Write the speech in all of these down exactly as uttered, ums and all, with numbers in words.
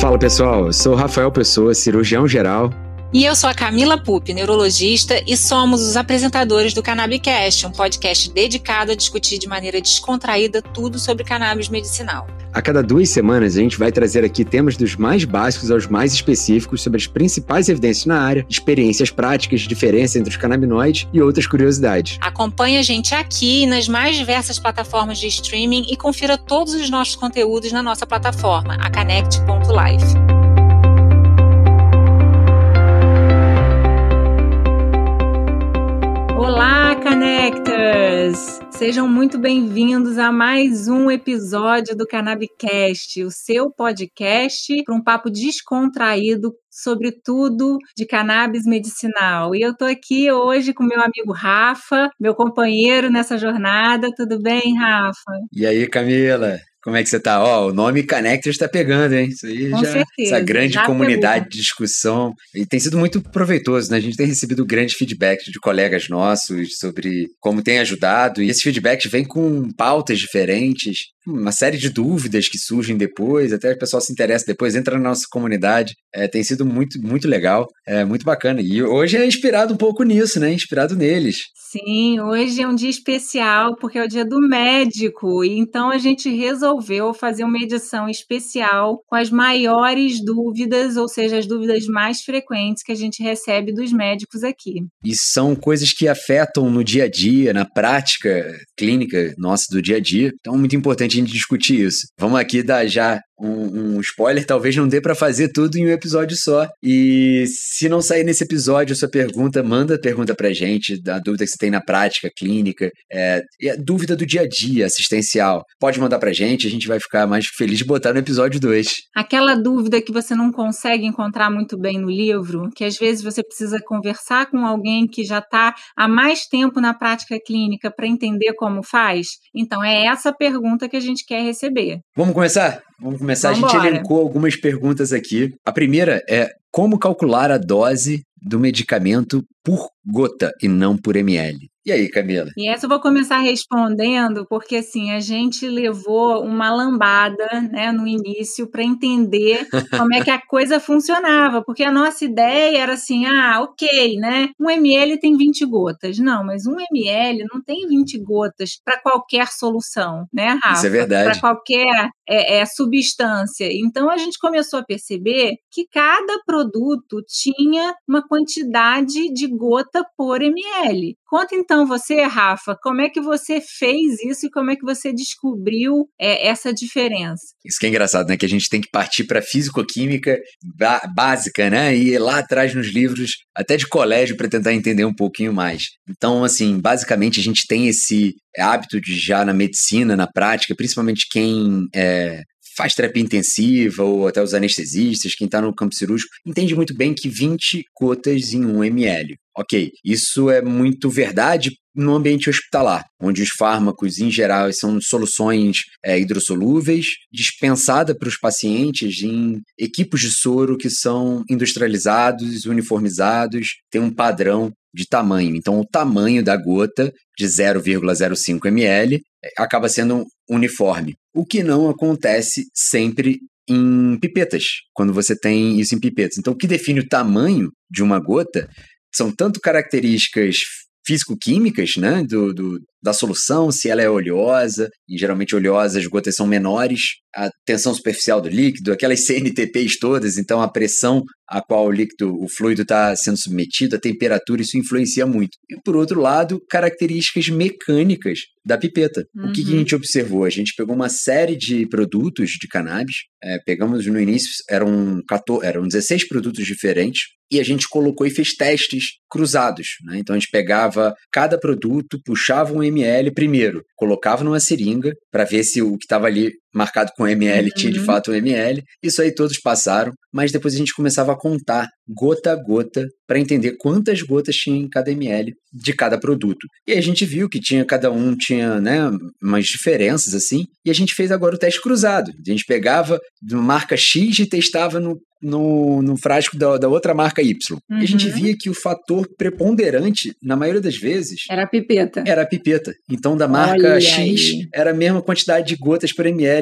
Fala pessoal, eu sou o Rafael Pessoa, cirurgião geral. E eu sou a Camila Pupi, neurologista, e somos os apresentadores do CannabiCast, um podcast dedicado a discutir de maneira descontraída tudo sobre cannabis medicinal. A cada duas semanas a gente vai trazer aqui temas dos mais básicos aos mais específicos sobre as principais evidências na área, experiências práticas, diferença entre os canabinoides e outras curiosidades. Acompanhe a gente aqui e nas mais diversas plataformas de streaming e confira todos os nossos conteúdos na nossa plataforma, a Connect ponto life. Olá, Connectors! Sejam muito bem-vindos a mais um episódio do CannabiCast, o seu podcast para um papo descontraído sobre tudo de cannabis medicinal. E eu estou aqui hoje com meu amigo Rafa, meu companheiro nessa jornada. Tudo bem, Rafa? E aí, Camila? Como é que você tá? Ó, o nome Connectors está pegando, hein? Isso aí Com já, certeza, essa grande já comunidade pegou. de discussão. E tem sido muito proveitoso, né? A gente tem recebido grande feedback de colegas nossos sobre como tem ajudado. E esses feedbacks vêm com pautas diferentes, uma série de dúvidas que surgem depois, até o pessoal se interessa depois, entra na nossa comunidade. É, tem sido muito, muito legal, é muito bacana. E hoje é inspirado um pouco nisso, né? Inspirado neles. Sim, hoje é um dia especial porque é o dia do médico, e então a gente resolveu fazer uma edição especial com as maiores dúvidas, ou seja, as dúvidas mais frequentes que a gente recebe dos médicos aqui. E são coisas que afetam no dia a dia, na prática clínica nossa do dia a dia, então é muito importante a gente discutir isso. Vamos aqui dar já Um, um spoiler, talvez não dê para fazer tudo em um episódio só. E se não sair nesse episódio a sua pergunta, manda a pergunta pra gente, da dúvida que você tem na prática clínica, é, e a dúvida do dia a dia assistencial. Pode mandar pra gente, a gente vai ficar mais feliz de botar no episódio dois. Aquela dúvida que você não consegue encontrar muito bem no livro, que às vezes você precisa conversar com alguém que já está há mais tempo na prática clínica para entender como faz. Então é essa pergunta que a gente quer receber. Vamos começar? Vamos começar. Vambora. A gente elencou algumas perguntas aqui. A primeira é: como calcular a dose do medicamento por gota e não por ml? E aí, Camila? E essa eu vou começar respondendo, porque assim, a gente levou uma lambada, né, no início para entender como é que a coisa funcionava, porque a nossa ideia era assim, ah, ok, né, um ml tem vinte gotas. Não, mas um ml não tem vinte gotas para qualquer solução, né, Rafa? Isso é verdade. Para qualquer é, é, substância. Então, a gente começou a perceber que cada produto tinha uma quantidade de gota por ml. Conta então você, Rafa, como é que você fez isso e como é que você descobriu é, essa diferença? Isso que é engraçado, né? Que a gente tem que partir para físico-química básica, né? E ir lá atrás nos livros, até de colégio, para tentar entender um pouquinho mais. Então, assim, basicamente a gente tem esse hábito de já na medicina, na prática, principalmente quem é, faz terapia intensiva ou até os anestesistas, quem está no campo cirúrgico, entende muito bem que vinte gotas em um ml. Ok, isso é muito verdade no ambiente hospitalar, onde os fármacos, em geral, são soluções é, hidrossolúveis, dispensada para os pacientes em equipos de soro que são industrializados, uniformizados, tem um padrão de tamanho. Então, o tamanho da gota de zero vírgula zero cinco mililitros acaba sendo uniforme, o que não acontece sempre em pipetas, quando você tem isso em pipetas. Então, o que define o tamanho de uma gota são tanto características físico-químicas, né, do, do, da solução, se ela é oleosa, e geralmente oleosa as gotas são menores, a tensão superficial do líquido, aquelas C N T Ps todas, então a pressão a qual o líquido, o fluido está sendo submetido, a temperatura, isso influencia muito. E por outro lado, características mecânicas da pipeta. Uhum. O que, que a gente observou? A gente pegou uma série de produtos de cannabis, é, pegamos no início, eram, quatorze, eram dezesseis produtos diferentes, e a gente colocou e fez testes cruzados, né? Então a gente pegava cada produto, puxava um ml primeiro, colocava numa seringa para ver se o que estava ali marcado com ml, uhum, tinha de fato um ml. Isso aí todos passaram, mas depois a gente começava a contar gota a gota para entender quantas gotas tinha em cada ml de cada produto. E a gente viu que tinha, cada um tinha, né, umas diferenças assim, e a gente fez agora o teste cruzado. A gente pegava de marca X e testava no, no, no frasco da, da outra marca Y. Uhum. E a gente via que o fator preponderante, na maioria das vezes... Era a pipeta. Era a pipeta. Então, da marca Olha X, aí. Era a mesma quantidade de gotas por ml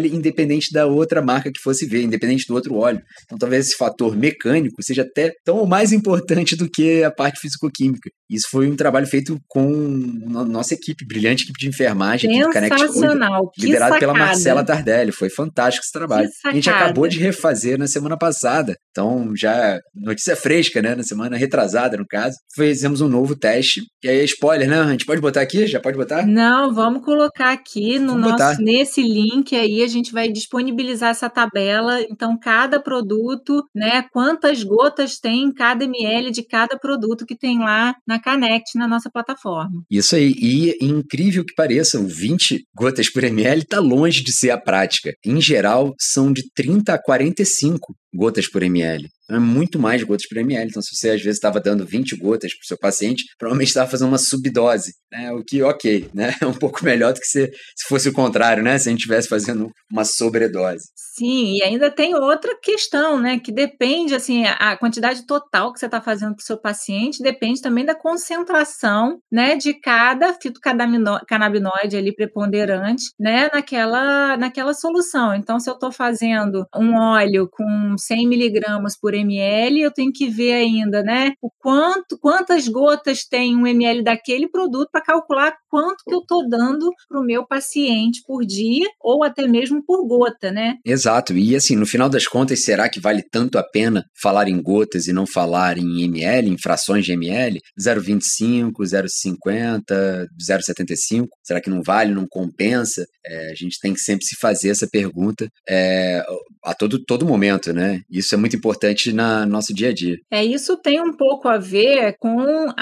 ml, independente da outra marca que fosse ver, independente do outro óleo. Então, talvez esse fator mecânico seja até tão ou mais importante do que a parte físico-química. Isso foi um trabalho feito com a nossa equipe, brilhante equipe de enfermagem aqui do Connect oito, Sensacional, que liderado sacada. pela Marcela Tardelli. Foi fantástico esse trabalho. Que A gente sacada. acabou de refazer na semana passada. Então, já notícia fresca, né? Na semana retrasada, no caso. Fizemos um novo teste. E aí, spoiler, né? A gente pode botar aqui? Já pode botar? Não, vamos colocar aqui no Vamos nosso, botar. nesse link aí, a gente vai disponibilizar essa tabela. Então, cada produto, né? Quantas gotas tem em cada ml de cada produto que tem lá na Connect, na nossa plataforma. Isso aí. E incrível que pareça, o vinte gotas por ml está longe de ser a prática. Em geral, são de trinta a quarenta e cinco gotas por ml. É muito mais gotas por ml. Então, se você às vezes estava dando vinte gotas para o seu paciente, provavelmente estava fazendo uma subdose, né? O que, ok, né? É um pouco melhor do que se, se fosse o contrário, né? Se a gente estivesse fazendo uma sobredose. Sim, e ainda tem outra questão, né? Que depende, assim, a quantidade total que você está fazendo para o seu paciente depende também da concentração, né? De cada fitocannabinoide ali preponderante, né? Naquela, naquela solução. Então, se eu estou fazendo um óleo com cem miligramas por ml, eu tenho que ver ainda, né? O quanto, quantas gotas tem um ml daquele produto para calcular quanto que eu estou dando para o meu paciente por dia ou até mesmo por gota, né? Exato. E assim, no final das contas, será que vale tanto a pena falar em gotas e não falar em ml, em frações de ml? zero vírgula vinte e cinco, zero vírgula cinquenta, zero vírgula setenta e cinco? Será que não vale, não compensa? É, a gente tem que sempre se fazer essa pergunta é, a todo, todo momento, né? Isso é muito importante no nosso dia a dia. É, isso tem um pouco a ver com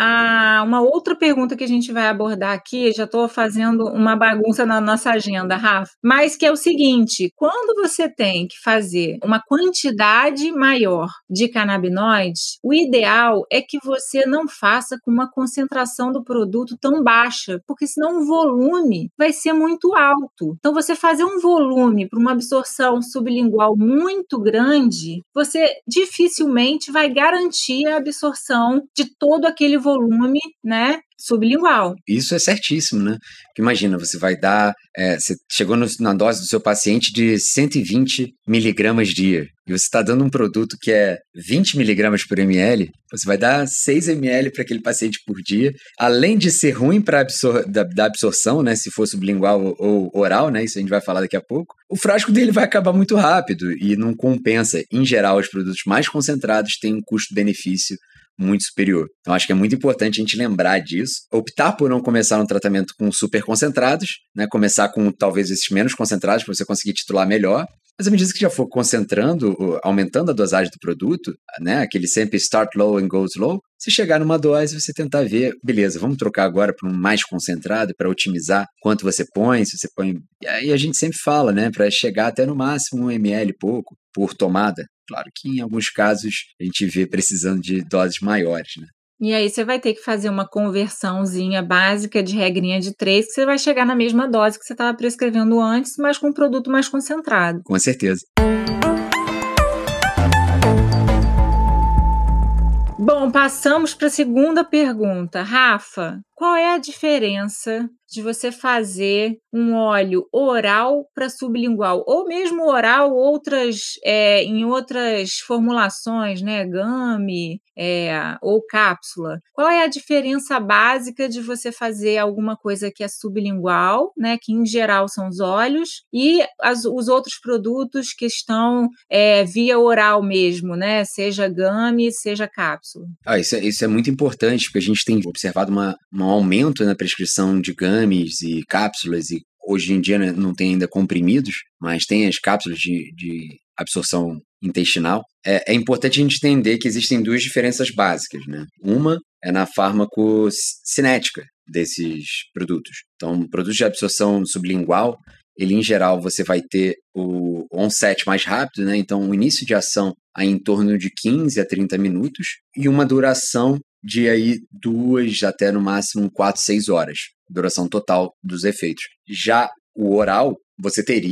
a, uma outra pergunta que a gente vai abordar aqui. Já estou fazendo uma bagunça na nossa agenda, Rafa, mas que é o seguinte: quando você tem que fazer uma quantidade maior de canabinoides, o ideal é que você não faça com uma concentração do produto tão baixa, porque senão o volume vai ser muito alto. Então, você fazer um volume para uma absorção sublingual muito grande, você dificilmente vai garantir a absorção de todo aquele volume, né, sublingual. Isso é certíssimo, né? Porque imagina, você vai dar, é, você chegou no, na dose do seu paciente de cento e vinte miligramas dia, e você está dando um produto que é vinte miligramas por ml, você vai dar seis mililitros para aquele paciente por dia, além de ser ruim para absor da, da absorção, né? Se for sublingual ou, ou oral, né? Isso a gente vai falar daqui a pouco. O frasco dele vai acabar muito rápido e não compensa. Em geral, os produtos mais concentrados têm um custo-benefício muito superior. Então, acho que é muito importante a gente lembrar disso. Optar por não começar um tratamento com super concentrados, né? Começar com talvez esses menos concentrados para você conseguir titular melhor. Mas à medida que já for concentrando, aumentando a dosagem do produto, né? Aquele sempre start low and go slow, se chegar numa dose, você tentar ver, beleza, vamos trocar agora para um mais concentrado, para otimizar quanto você põe, se você põe... E aí a gente sempre fala, né? Para chegar até no máximo um ml pouco por tomada. Claro que em alguns casos a gente vê precisando de doses maiores, né? E aí você vai ter que fazer uma conversãozinha básica de regrinha de três, que você vai chegar na mesma dose que você estava prescrevendo antes, mas com um produto mais concentrado. Com certeza. Bom, passamos para a segunda pergunta. Rafa, qual é a diferença de você fazer um óleo oral para sublingual, ou mesmo oral outras, é, em outras formulações, né, gummy é, ou cápsula? Qual é a diferença básica de você fazer alguma coisa que é sublingual, né, que em geral são os óleos, e as, os outros produtos que estão é, via oral mesmo, né, seja gummy, seja cápsula? Ah, isso, é, isso é muito importante, porque a gente tem observado uma, um aumento na prescrição de gummies e cápsulas, e hoje em dia, né, não tem ainda comprimidos, mas tem as cápsulas de, de absorção intestinal. É, é importante a gente entender que existem duas diferenças básicas, né? Uma é na farmacocinética desses produtos. Então, produtos de absorção sublingual, ele em geral você vai ter o onset mais rápido, né? Então o início de ação aí em torno de quinze a trinta minutos e uma duração de aí duas até no máximo quatro, seis horas, duração total dos efeitos. Já o oral, você teria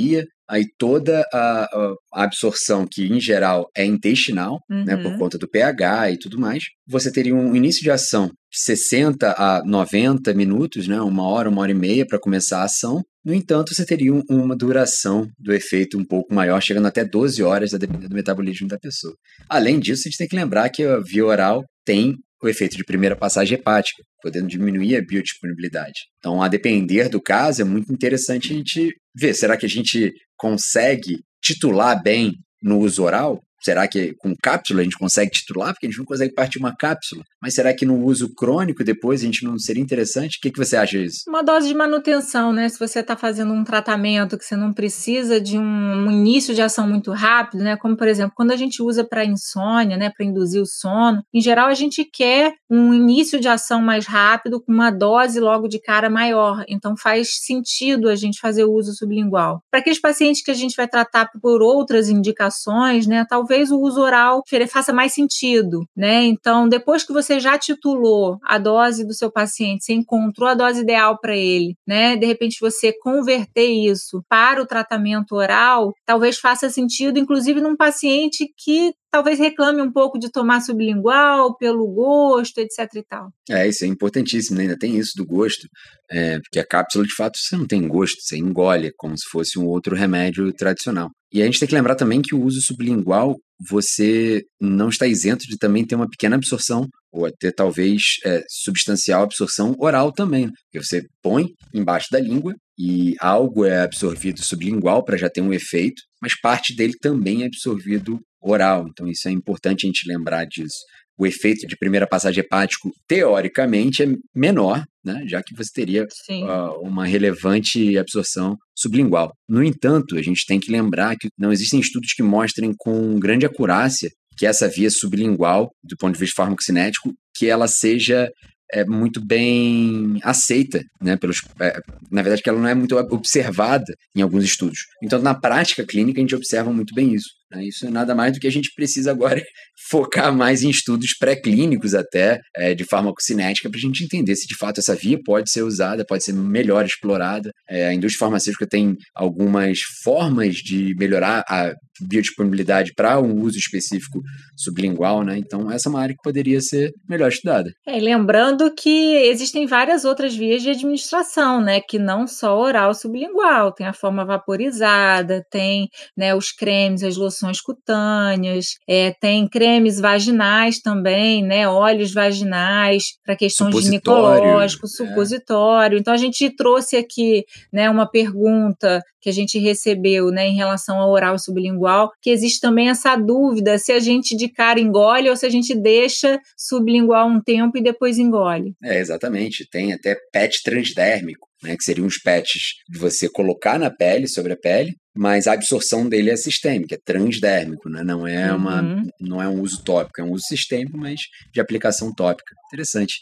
aí toda a, a absorção, que em geral é intestinal, Uhum. né, por conta do pH e tudo mais, você teria um início de ação de sessenta a noventa minutos, né, uma hora, uma hora e meia para começar a ação. No entanto, você teria um, uma duração do efeito um pouco maior, chegando até doze horas, a depender do metabolismo da pessoa. Além disso, a gente tem que lembrar que a via oral tem o efeito de primeira passagem hepática, podendo diminuir a biodisponibilidade. Então, a depender do caso, é muito interessante a gente ver, será que a gente consegue titular bem no uso oral? Será que com cápsula a gente consegue titular? Porque a gente não consegue partir uma cápsula. Mas será que no uso crônico depois a gente não seria interessante? O que, que você acha disso? Uma dose de manutenção, né? Se você está fazendo um tratamento que você não precisa de um, um início de ação muito rápido, né? Como, por exemplo, quando a gente usa para insônia, né? Para induzir o sono, em geral a gente quer um início de ação mais rápido, com uma dose logo de cara maior. Então faz sentido a gente fazer o uso sublingual. Para aqueles pacientes que a gente vai tratar por outras indicações, né? Talvez Talvez o uso oral faça mais sentido, né? Então, depois que você já titulou a dose do seu paciente, você encontrou a dose ideal para ele, né? De repente, você converter isso para o tratamento oral, talvez faça sentido, inclusive num paciente que talvez reclame um pouco de tomar sublingual, pelo gosto, etc e tal. É, isso é importantíssimo, né? Ainda tem isso do gosto, é, porque a cápsula, de fato, você não tem gosto, você engole, como se fosse um outro remédio tradicional. E a gente tem que lembrar também que o uso sublingual, você não está isento de também ter uma pequena absorção, ou até talvez é, substancial absorção oral também, né? Porque você põe embaixo da língua e algo é absorvido sublingual para já ter um efeito, mas parte dele também é absorvido oral. Então isso é importante a gente lembrar disso. O efeito de primeira passagem hepático, teoricamente, é menor, né, já que você teria uh, uma relevante absorção sublingual. No entanto, a gente tem que lembrar que não existem estudos que mostrem com grande acurácia que essa via sublingual, do ponto de vista farmacocinético, que ela seja é, muito bem aceita, né, pelos, é, na verdade, que ela não é muito observada em alguns estudos. Então, na prática clínica, a gente observa muito bem isso. Isso é nada mais do que a gente precisa agora focar mais em estudos pré-clínicos até, é, de farmacocinética, para a gente entender se de fato essa via pode ser usada, pode ser melhor explorada. É, a indústria farmacêutica tem algumas formas de melhorar a biodisponibilidade para um uso específico sublingual, né? Então essa é uma área que poderia ser melhor estudada. É, lembrando que existem várias outras vias de administração, né? Que não só oral sublingual, tem a forma vaporizada, tem, né, os cremes, as loções cutâneas, é, tem cremes vaginais também, né? Óleos vaginais para questões ginecológicas, supositório. É. Então a gente trouxe aqui, né, uma pergunta que a gente recebeu, né, em relação ao oral sublingual, que existe também essa dúvida se a gente de cara engole ou se a gente deixa sublingual um tempo e depois engole. É, exatamente. Tem até patch transdérmico, né, que seriam os patches de você colocar na pele, sobre a pele, mas a absorção dele é sistêmica, é transdérmico, né? Não é uma, uhum. não é um uso tópico, é um uso sistêmico, mas de aplicação tópica. Interessante.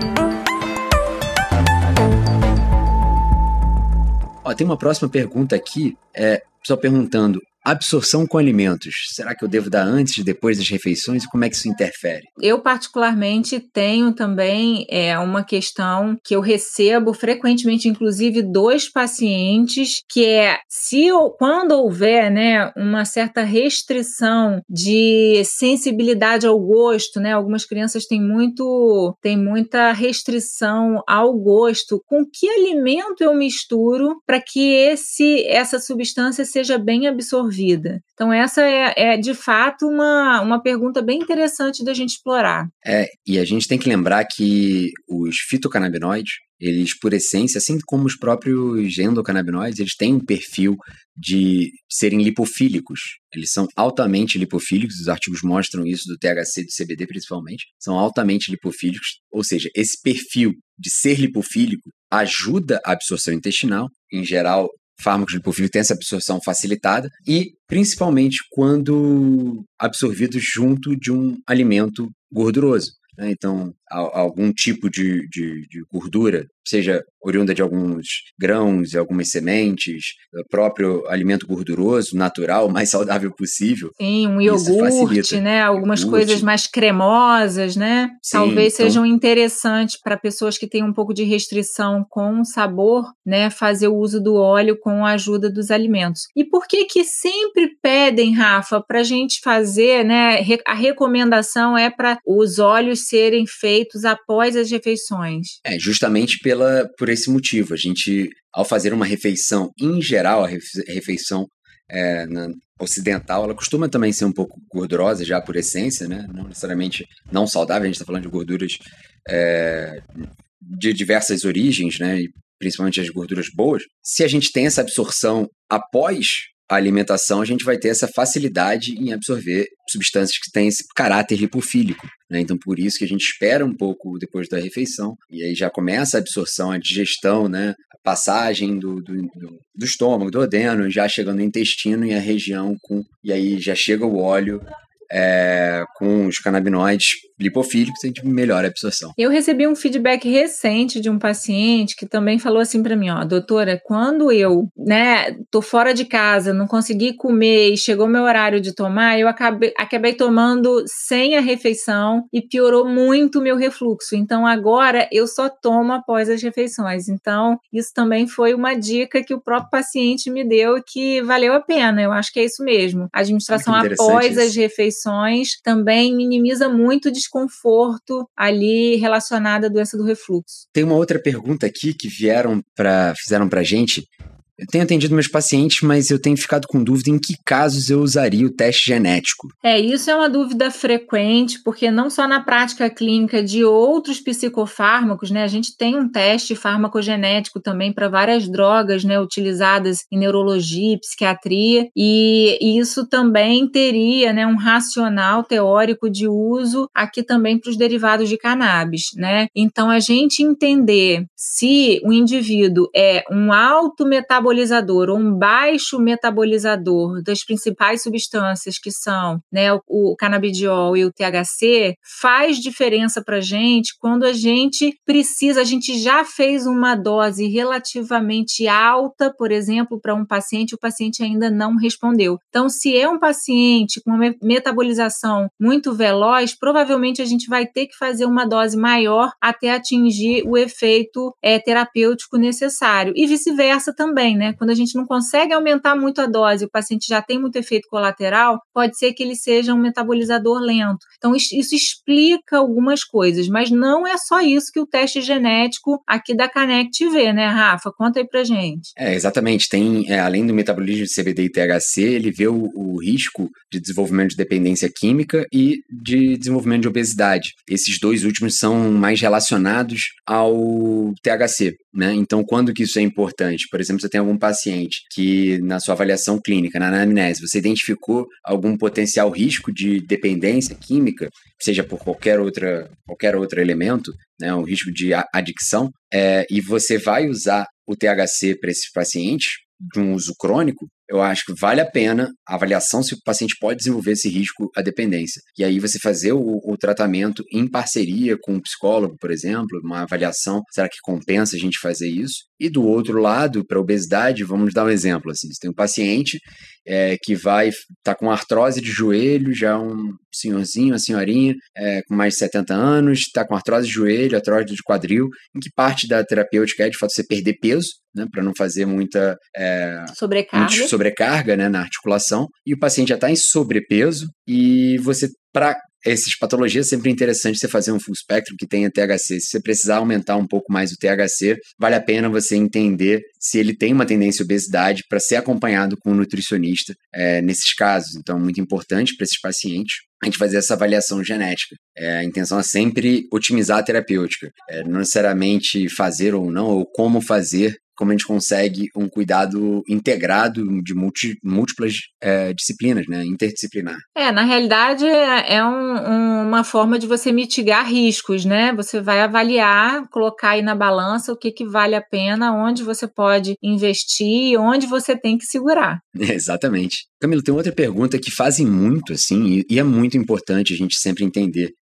Ó, tem uma próxima pergunta aqui, é, só perguntando, absorção com alimentos, será que eu devo dar antes e depois das refeições e como é que isso interfere? Eu particularmente tenho também é, uma questão que eu recebo frequentemente, inclusive dos pacientes, que é se quando houver, né, uma certa restrição de sensibilidade ao gosto, né, algumas crianças têm muito, têm muita restrição ao gosto, com que alimento eu misturo para que esse, essa substância seja bem absorvida? Vida. Então essa é, é de fato uma, uma pergunta bem interessante da gente explorar. É, e a gente tem que lembrar que os fitocannabinoides, eles por essência, assim como os próprios endocannabinoides, eles têm um perfil de serem lipofílicos. Eles são altamente lipofílicos, os artigos mostram isso do T H C e do C B D principalmente, são altamente lipofílicos, ou seja, esse perfil de ser lipofílico ajuda a absorção intestinal, em geral, fármacos lipofílicos têm essa absorção facilitada e, principalmente, quando absorvidos junto de um alimento gorduroso. Né? Então, a, algum tipo de, de, de gordura, seja oriunda de alguns grãos, algumas sementes, o próprio alimento gorduroso, natural, o mais saudável possível. Sim, um iogurte, né? Algumas iogurte. coisas mais cremosas, né? Sim, talvez então... sejam interessantes para pessoas que têm um pouco de restrição com sabor, né? Fazer o uso do óleo com a ajuda dos alimentos. E por que que sempre pedem, Rafa, para a gente fazer, né? A recomendação é para os óleos serem feitos após as refeições? É, justamente pela, por esse motivo. A gente, ao fazer uma refeição, em geral, a refeição é, na ocidental, ela costuma também ser um pouco gordurosa, já por essência, né? Não necessariamente não saudável, a gente está falando de gorduras é, de diversas origens, né? E principalmente as gorduras boas. Se a gente tem essa absorção após a alimentação, a gente vai ter essa facilidade em absorver substâncias que têm esse caráter lipofílico, né? Então, por isso que a gente espera um pouco depois da refeição, e aí já começa a absorção, a digestão, né? A passagem do, do, do, do estômago, do duodeno, já chegando no intestino e a região com... E aí já chega o óleo é, com os canabinoides lipofílicos, a gente melhora a absorção. Eu recebi um feedback recente de um paciente que também falou assim para mim, ó, doutora, quando eu, né, tô fora de casa, não consegui comer e chegou meu horário de tomar, eu acabei, acabei tomando sem a refeição e piorou muito o meu refluxo. Então agora eu só tomo após as refeições. Então isso também foi uma dica que o próprio paciente me deu e que valeu a pena. Eu acho que é isso mesmo. A administração após as refeições também minimiza muito o desconforto ali relacionado à doença do refluxo. Tem uma outra pergunta aqui que vieram para fizeram para a gente. Eu tenho atendido meus pacientes, mas eu tenho ficado com dúvida em que casos eu usaria o teste genético. É, isso é uma dúvida frequente, porque não só na prática clínica de outros psicofármacos, né, a gente tem um teste farmacogenético também para várias drogas, né, utilizadas em neurologia e psiquiatria, e, e isso também teria, né, um racional teórico de uso aqui também para os derivados de cannabis, né? Então, a gente entender se o indivíduo é um alto metabolizador ou um baixo metabolizador das principais substâncias que são, né, o, o canabidiol e o T H C, faz diferença para a gente quando a gente precisa, a gente já fez uma dose relativamente alta, por exemplo, para um paciente, o paciente ainda não respondeu. Então, se é um paciente com uma metabolização muito veloz, provavelmente a gente vai ter que fazer uma dose maior até atingir o efeito é, terapêutico necessário. E vice-versa também, né? Quando a gente não consegue aumentar muito a dose, o paciente já tem muito efeito colateral, pode ser que ele seja um metabolizador lento. Então, isso explica algumas coisas, mas não é só isso que o teste genético aqui da Connect vê, né, Rafa? Conta aí pra gente. É, exatamente. Tem, é, além do metabolismo de C B D e T H C, ele vê o, o risco de desenvolvimento de dependência química e de desenvolvimento de obesidade. Esses dois últimos são mais relacionados ao T H C, né? Então, quando que isso é importante? Por exemplo, você tem algum paciente que, na sua avaliação clínica, na anamnese, você identificou algum potencial risco de dependência química, seja por qualquer, outra, qualquer outro elemento, né? Um risco de adicção, é, e você vai usar o T H C para esse paciente, de um uso crônico, eu acho que vale a pena a avaliação se o paciente pode desenvolver esse risco à dependência. E aí você fazer o, o tratamento em parceria com um psicólogo, por exemplo, uma avaliação, será que compensa a gente fazer isso? E do outro lado, para a obesidade, vamos dar um exemplo. Assim, você tem um paciente é, que vai estar tá com artrose de joelho, já um senhorzinho, uma senhorinha, é, com mais de setenta anos, está com artrose de joelho, artrose de quadril, em que parte da terapêutica é, de fato, você perder peso, né, para não fazer muita é, sobrecarga. sobrecarga, né, na articulação, e o paciente já está em sobrepeso, e você, para essas patologias, é sempre interessante você fazer um full spectrum que tenha T H C. Se você precisar aumentar um pouco mais o T H C, vale a pena você entender se ele tem uma tendência à obesidade para ser acompanhado com um nutricionista é, nesses casos. Então, é muito importante para esses pacientes a gente fazer essa avaliação genética. É, a intenção é sempre otimizar a terapêutica, é, não necessariamente fazer ou não, ou como fazer, como a gente consegue um cuidado integrado de multi, múltiplas é, disciplinas, né, interdisciplinar. É, na realidade é um, um, uma forma de você mitigar riscos, né? Você vai avaliar, colocar aí na balança o que, que vale a pena, onde você pode investir, onde você tem que segurar. É, exatamente. Camilo, tem outra pergunta que fazem muito, assim, e, e é muito importante a gente sempre entender.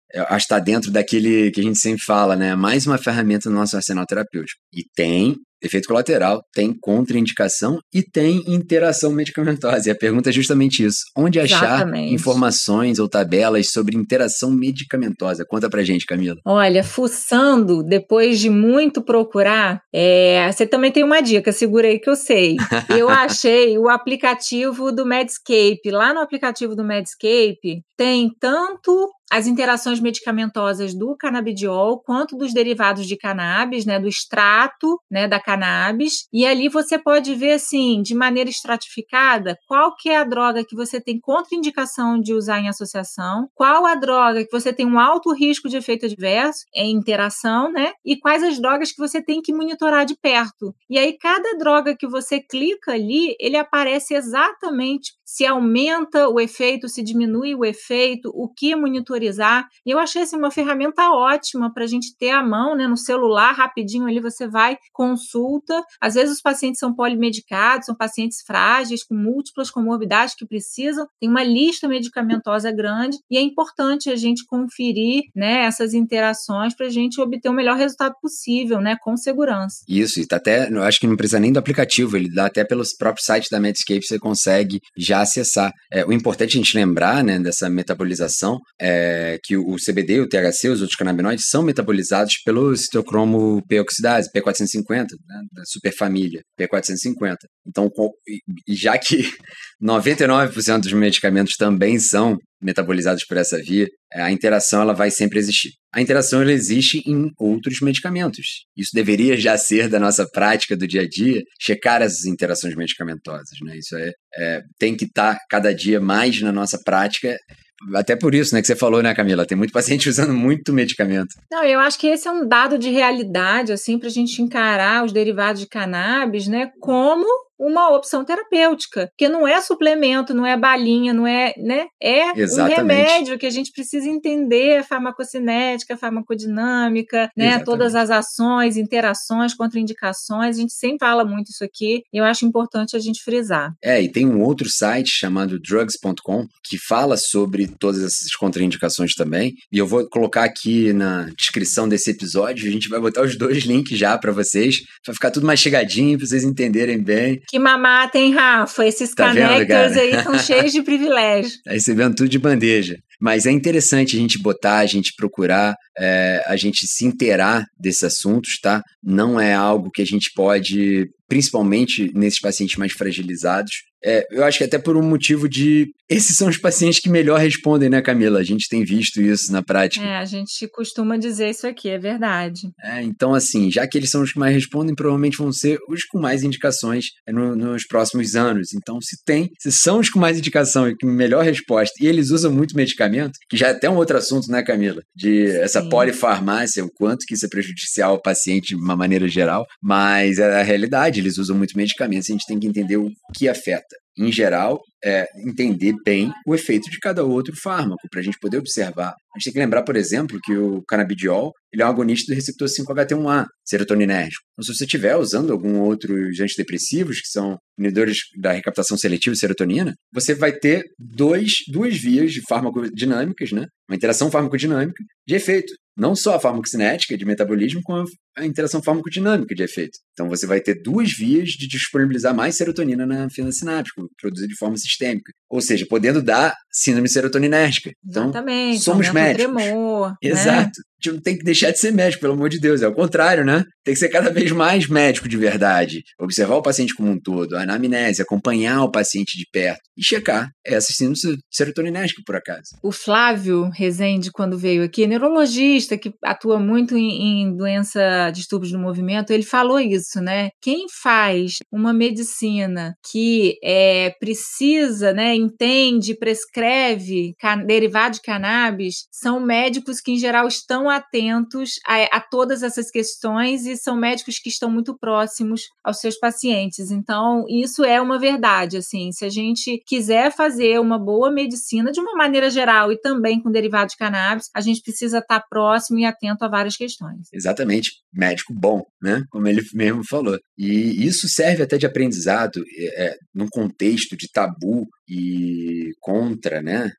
eu acho que está dentro daquele que a gente sempre fala, né? Mais uma ferramenta no nosso arsenal terapêutico. E tem efeito colateral, tem contraindicação e tem interação medicamentosa. E a pergunta é justamente isso. Onde achar Exatamente. informações ou tabelas sobre interação medicamentosa? Conta pra gente, Camila. Olha, fuçando, depois de muito procurar, é, você também tem uma dica, segura aí que eu sei. Eu achei o aplicativo do Medscape. Lá no aplicativo do Medscape tem tanto as interações medicamentosas do canabidiol quanto dos derivados de cannabis, né, do extrato, né, da cannabis, e ali você pode ver, assim, de maneira estratificada, qual que é a droga que você tem contraindicação de usar em associação, qual a droga que você tem um alto risco de efeito adverso em interação, né, e quais as drogas que você tem que monitorar de perto. E aí, cada droga que você clica ali, ele aparece exatamente se aumenta o efeito, se diminui o efeito, o que monitorizar. E eu achei assim, uma ferramenta ótima para a gente ter à mão, né, no celular, rapidinho ali você vai, consulta. Às vezes os pacientes são polimedicados, são pacientes frágeis, com múltiplas comorbidades que precisam, tem uma lista medicamentosa grande e é importante a gente conferir, né, essas interações para a gente obter o melhor resultado possível, né, com segurança. Isso, e tá até, eu acho que não precisa nem do aplicativo, ele dá até pelos próprios sites da Medscape, você consegue já acessar. É, o importante é a gente lembrar, né, dessa metabolização, é que o C B D, o T H C, os outros canabinoides são metabolizados pelo citocromo P oxidase, P quatrocentos e cinquenta, né, da superfamília P quatrocentos e cinquenta. Então, e já que noventa e nove por cento dos medicamentos também são metabolizados por essa via, a interação ela vai sempre existir. A interação ela existe em outros medicamentos. Isso deveria já ser da nossa prática do dia a dia, checar essas interações medicamentosas, né? Isso é, é, tem que estar tá cada dia mais na nossa prática. Até por isso, né, que você falou, né, Camila? Tem muito paciente usando muito medicamento. Não, eu acho que esse é um dado de realidade, assim, para a gente encarar os derivados de cannabis, né, como uma opção terapêutica, porque não é suplemento, não é balinha, não é, né, é Exatamente. Um remédio que a gente precisa entender a farmacocinética, a farmacodinâmica, né, Exatamente. Todas as ações, interações, contraindicações, a gente sempre fala muito isso aqui, e eu acho importante a gente frisar. É, e tem um outro site chamado drugs ponto com que fala sobre todas essas contraindicações também, e eu vou colocar aqui na descrição desse episódio, a gente vai botar os dois links já para vocês, para ficar tudo mais chegadinho, para vocês entenderem bem. Que mamata, hein, Rafa? Esses tá connectors aí estão cheios de privilégio. Tá recebendo tudo de bandeja. Mas é interessante a gente botar, a gente procurar, é, a gente se inteirar desses assuntos, tá? Não é algo que a gente pode, principalmente nesses pacientes mais fragilizados, é, eu acho que até por um motivo de... Esses são os pacientes que melhor respondem, né, Camila? A gente tem visto isso na prática. É, a gente costuma dizer isso aqui, é verdade. É, então, assim, já que eles são os que mais respondem, provavelmente vão ser os com mais indicações no, nos próximos anos. Então, se tem, se são os com mais indicação e com melhor resposta, e eles usam muito medicamento, que já é até um outro assunto, né, Camila? De Sim. essa polifarmácia, o quanto que isso é prejudicial ao paciente de uma maneira geral, mas é a realidade, eles usam muito medicamento, a gente tem que entender o que afeta. Em geral, é, entender bem o efeito de cada outro fármaco, para a gente poder observar. A gente tem que lembrar, por exemplo, que o canabidiol ele é um agonista do receptor cinco H T um A, serotoninérgico. Então, se você estiver usando algum outros antidepressivos, que são inibidores da recaptação seletiva de serotonina, você vai ter dois, duas vias de farmacodinâmicas, né? Uma interação farmacodinâmica de efeito. Não só a farmacocinética de metabolismo, como a interação farmacodinâmica de efeito. Então, você vai ter duas vias de disponibilizar mais serotonina na fenda sináptica, produzida de forma sistêmica. Ou seja, podendo dar síndrome serotoninérgica. Então, Exatamente, somos médicos. Tremor, Exato. Né? A gente não tem que deixar de ser médico, pelo amor de Deus. É o contrário, né? Tem que ser cada vez mais médico de verdade. Observar o paciente como um todo, a anamnese, acompanhar o paciente de perto e checar essa síndrome serotoninérgica, por acaso. O Flávio Rezende, quando veio aqui, neurologista que atua muito em, em doença, distúrbios do movimento, ele falou isso, né? Quem faz uma medicina que é, precisa, né, entende, prescreve can- derivado de cannabis, são médicos que, em geral, estão atentos a, a todas essas questões e são médicos que estão muito próximos aos seus pacientes. Então, isso é uma verdade, assim, se a gente quiser fazer uma boa medicina de uma maneira geral e também com derivado de cannabis, a gente precisa estar próximo e atento a várias questões. Exatamente. Médico bom, né? Como ele mesmo falou. E isso serve até de aprendizado é, num contexto de tabu e contra, né?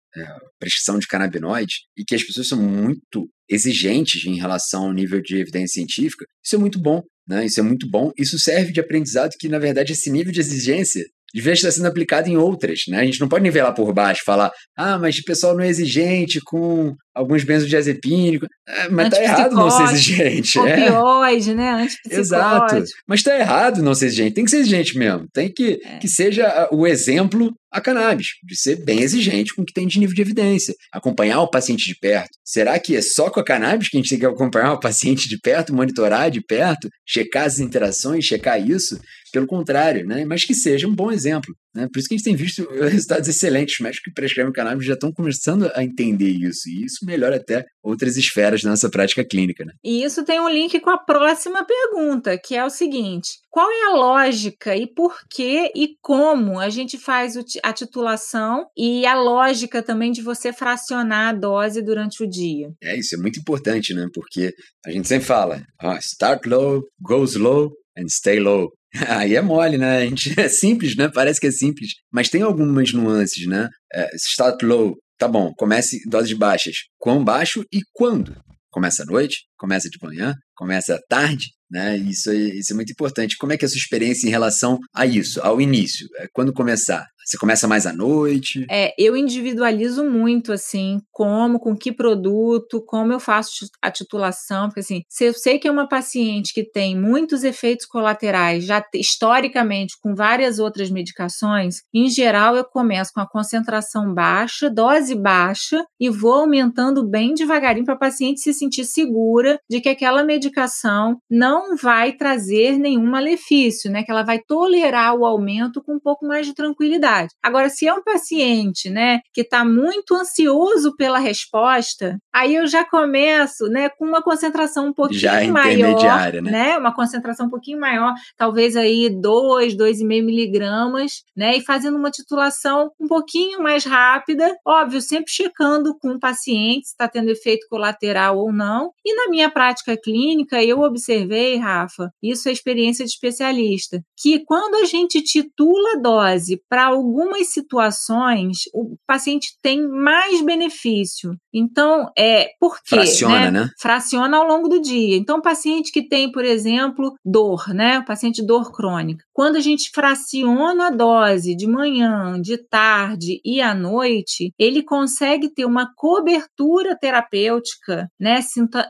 é, prescrição de canabinoides e que as pessoas são muito exigentes em relação ao nível de evidência científica, isso é muito bom, né? Isso é muito bom. Isso serve de aprendizado que, na verdade, esse nível de exigência devia estar sendo aplicado em outras, né? A gente não pode nivelar por baixo, falar, ah, mas o pessoal não é exigente com alguns benzodiazepínicos. É, mas tá errado não ser exigente. Opioide, é. né? Antipsicótico. Exato. Mas tá errado não ser exigente. Tem que ser exigente mesmo. Tem que, é. que seja o exemplo a cannabis, de ser bem exigente com o que tem de nível de evidência. Acompanhar o paciente de perto. Será que é só com a cannabis que a gente tem que acompanhar o paciente de perto, monitorar de perto, checar as interações, checar isso? Pelo contrário, né? Mas que seja um bom exemplo. Né? Por isso que a gente tem visto resultados excelentes. Os médicos que prescrevem cannabis já estão começando a entender isso. E isso melhora até outras esferas da nossa prática clínica. Né? E isso tem um link com a próxima pergunta, que é o seguinte: qual é a lógica e por que e como a gente faz a titulação e a lógica também de você fracionar a dose durante o dia? É, isso é muito importante, né? Porque a gente sempre fala, oh, start low, go slow and stay low. Aí é mole, né? A gente é simples, né? Parece que é simples. Mas tem algumas nuances, né? É, start low, tá bom, comece doses baixas. Quão baixo e quando? Começa à noite? Começa de manhã? Começa à tarde? Né? Isso, é, isso é muito importante. Como é que é a sua experiência em relação a isso, ao início? Quando começar? Você começa mais à noite? É, eu individualizo muito, assim, como, com que produto, como eu faço a titulação, porque, assim, se eu sei que é uma paciente que tem muitos efeitos colaterais, já historicamente, com várias outras medicações, em geral, eu começo com a concentração baixa, dose baixa, e vou aumentando bem devagarinho para a paciente se sentir segura de que aquela medicação não vai trazer nenhum malefício, né? Que ela vai tolerar o aumento com um pouco mais de tranquilidade. Agora, se é um paciente, né, que está muito ansioso pela resposta, aí eu já começo, né, com uma concentração um pouquinho já maior, né? né, uma concentração um pouquinho maior, talvez aí dois, dois vírgula cinco miligramas, né, e fazendo uma titulação um pouquinho mais rápida, óbvio, sempre checando com o paciente se está tendo efeito colateral ou não. E na minha prática clínica, eu observei, Rafa, isso é experiência de especialista, que quando a gente titula a dose para algumas situações, o paciente tem mais benefício. Então, é por quê? Fraciona, né? né? Fraciona ao longo do dia. Então, o paciente que tem, por exemplo, dor, né? O paciente de dor crônica. Quando a gente fraciona a dose de manhã, de tarde e à noite, ele consegue ter uma cobertura terapêutica, né?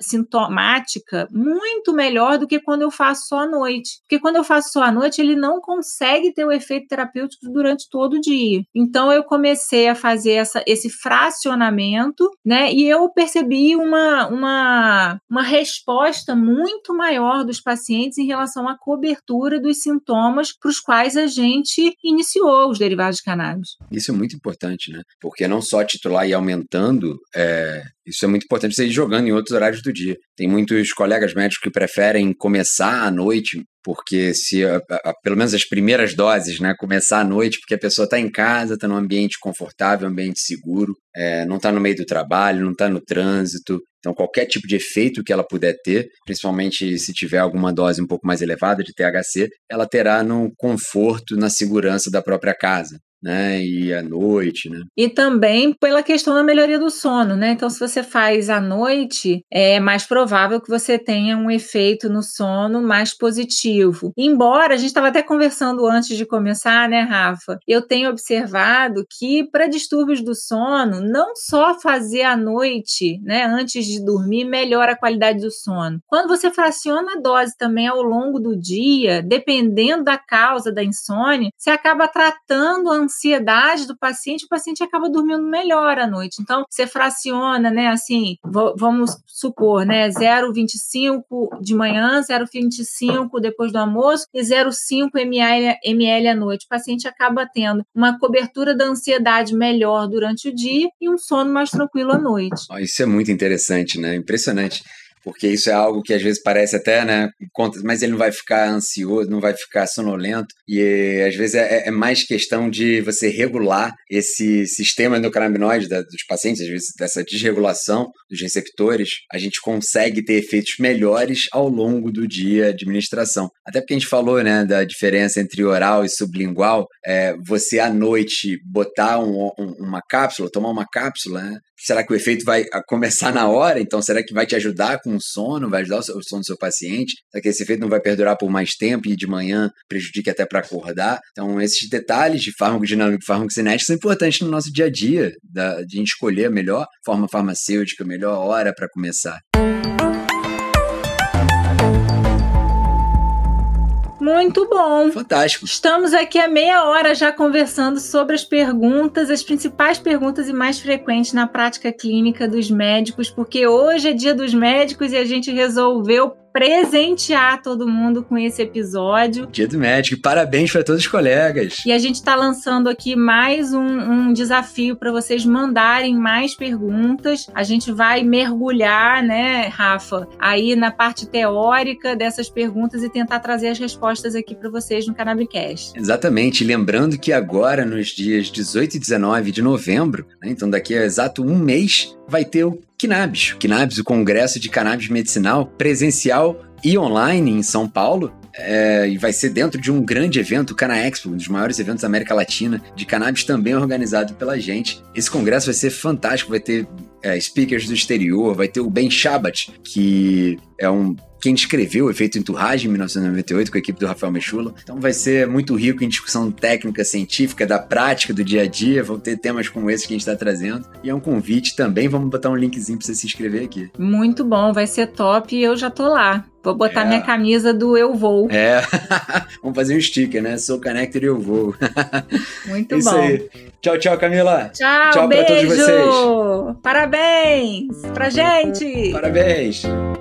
Sintomática muito melhor do que quando eu faço só à noite. Porque quando eu faço só à noite, ele não consegue ter o efeito terapêutico durante todo o dia. Então, eu comecei a fazer essa, esse fracionamento, né? E eu percebi uma, uma, uma resposta muito maior dos pacientes em relação à cobertura dos sintomas para os quais a gente iniciou os derivados de cannabis. Isso é muito importante, né? Porque não só titular e aumentando, é... isso é muito importante você ir jogando em outros horários do dia. Tem muitos colegas médicos que preferem começar à noite, porque se a, a, pelo menos as primeiras doses, né, começar à noite, porque a pessoa está em casa, está num ambiente confortável, ambiente seguro, é, não está no meio do trabalho, não está no trânsito. Então, qualquer tipo de efeito que ela puder ter, principalmente se tiver alguma dose um pouco mais elevada de T H C, ela terá no conforto, na segurança da própria casa. Né, e à noite, né? E também pela questão da melhoria do sono, né? Então, se você faz à noite, é mais provável que você tenha um efeito no sono mais positivo. Embora, a gente estava até conversando antes de começar, né, Rafa? Eu tenho observado que para distúrbios do sono, não só fazer à noite, né, antes de dormir, melhora a qualidade do sono. Quando você fraciona a dose também ao longo do dia, dependendo da causa da insônia, você acaba tratando a ansiedade do paciente, o paciente acaba dormindo melhor à noite. Então, você fraciona, né, assim, vamos supor, né, zero vírgula vinte e cinco de manhã, zero vírgula vinte e cinco depois do almoço e zero vírgula cinco mililitros à noite. O paciente acaba tendo uma cobertura da ansiedade melhor durante o dia e um sono mais tranquilo à noite. Isso é muito interessante, né? Impressionante. porque isso é algo que às vezes parece até, né, mas ele não vai ficar ansioso, não vai ficar sonolento, e às vezes é, é mais questão de você regular esse sistema endocannabinoide da, dos pacientes, às vezes dessa desregulação dos receptores, a gente consegue ter efeitos melhores ao longo do dia de administração. Até porque a gente falou, né, da diferença entre oral e sublingual, é, você à noite botar um, um, uma cápsula, tomar uma cápsula, né? Será que o efeito vai começar na hora? Então, será que vai te ajudar com o sono? Vai ajudar o sono do seu paciente? Será que esse efeito não vai perdurar por mais tempo e de manhã prejudique até para acordar? Então, esses detalhes de farmacodinâmica e farmacocinética são importantes no nosso dia a dia, da, de a gente escolher a melhor forma farmacêutica, a melhor hora para começar. Muito bom. Fantástico. Estamos aqui há meia hora já conversando sobre as perguntas, as principais perguntas e mais frequentes na prática clínica dos médicos, porque hoje é dia dos médicos e a gente resolveu presentear todo mundo com esse episódio. Dia do médico. Parabéns para todos os colegas. E a gente está lançando aqui mais um, um desafio para vocês mandarem mais perguntas. A gente vai mergulhar, né, Rafa, aí na parte teórica dessas perguntas e tentar trazer as respostas aqui para vocês no Cannabicast. Exatamente. Lembrando que agora, nos dias dezoito e dezenove de novembro, né, então daqui a exato um mês, vai ter o Cannabis. O Cannabis, o Congresso de Cannabis Medicinal, presencial e online em São Paulo. É, e vai ser dentro de um grande evento, o Canaexpo, um dos maiores eventos da América Latina, de cannabis também organizado pela gente. Esse congresso vai ser fantástico, vai ter é, speakers do exterior, vai ter o Ben Shabat, que é um... quem escreveu o efeito entourage em mil novecentos e noventa e oito com a equipe do Rafael Mechula. Então vai ser muito rico em discussão técnica, científica, da prática, do dia a dia. Vão ter temas como esse que a gente está trazendo. E é um convite também. Vamos botar um linkzinho para você se inscrever aqui. Muito bom, vai ser top e eu já tô lá. Vou botar é. minha camisa do Eu Vou. É, vamos fazer um sticker, né? Sou Connector e eu vou. Muito Isso bom. Aí. Tchau, tchau, Camila. Tchau, tchau beijo. Pra todos vocês. Parabéns pra gente. Parabéns.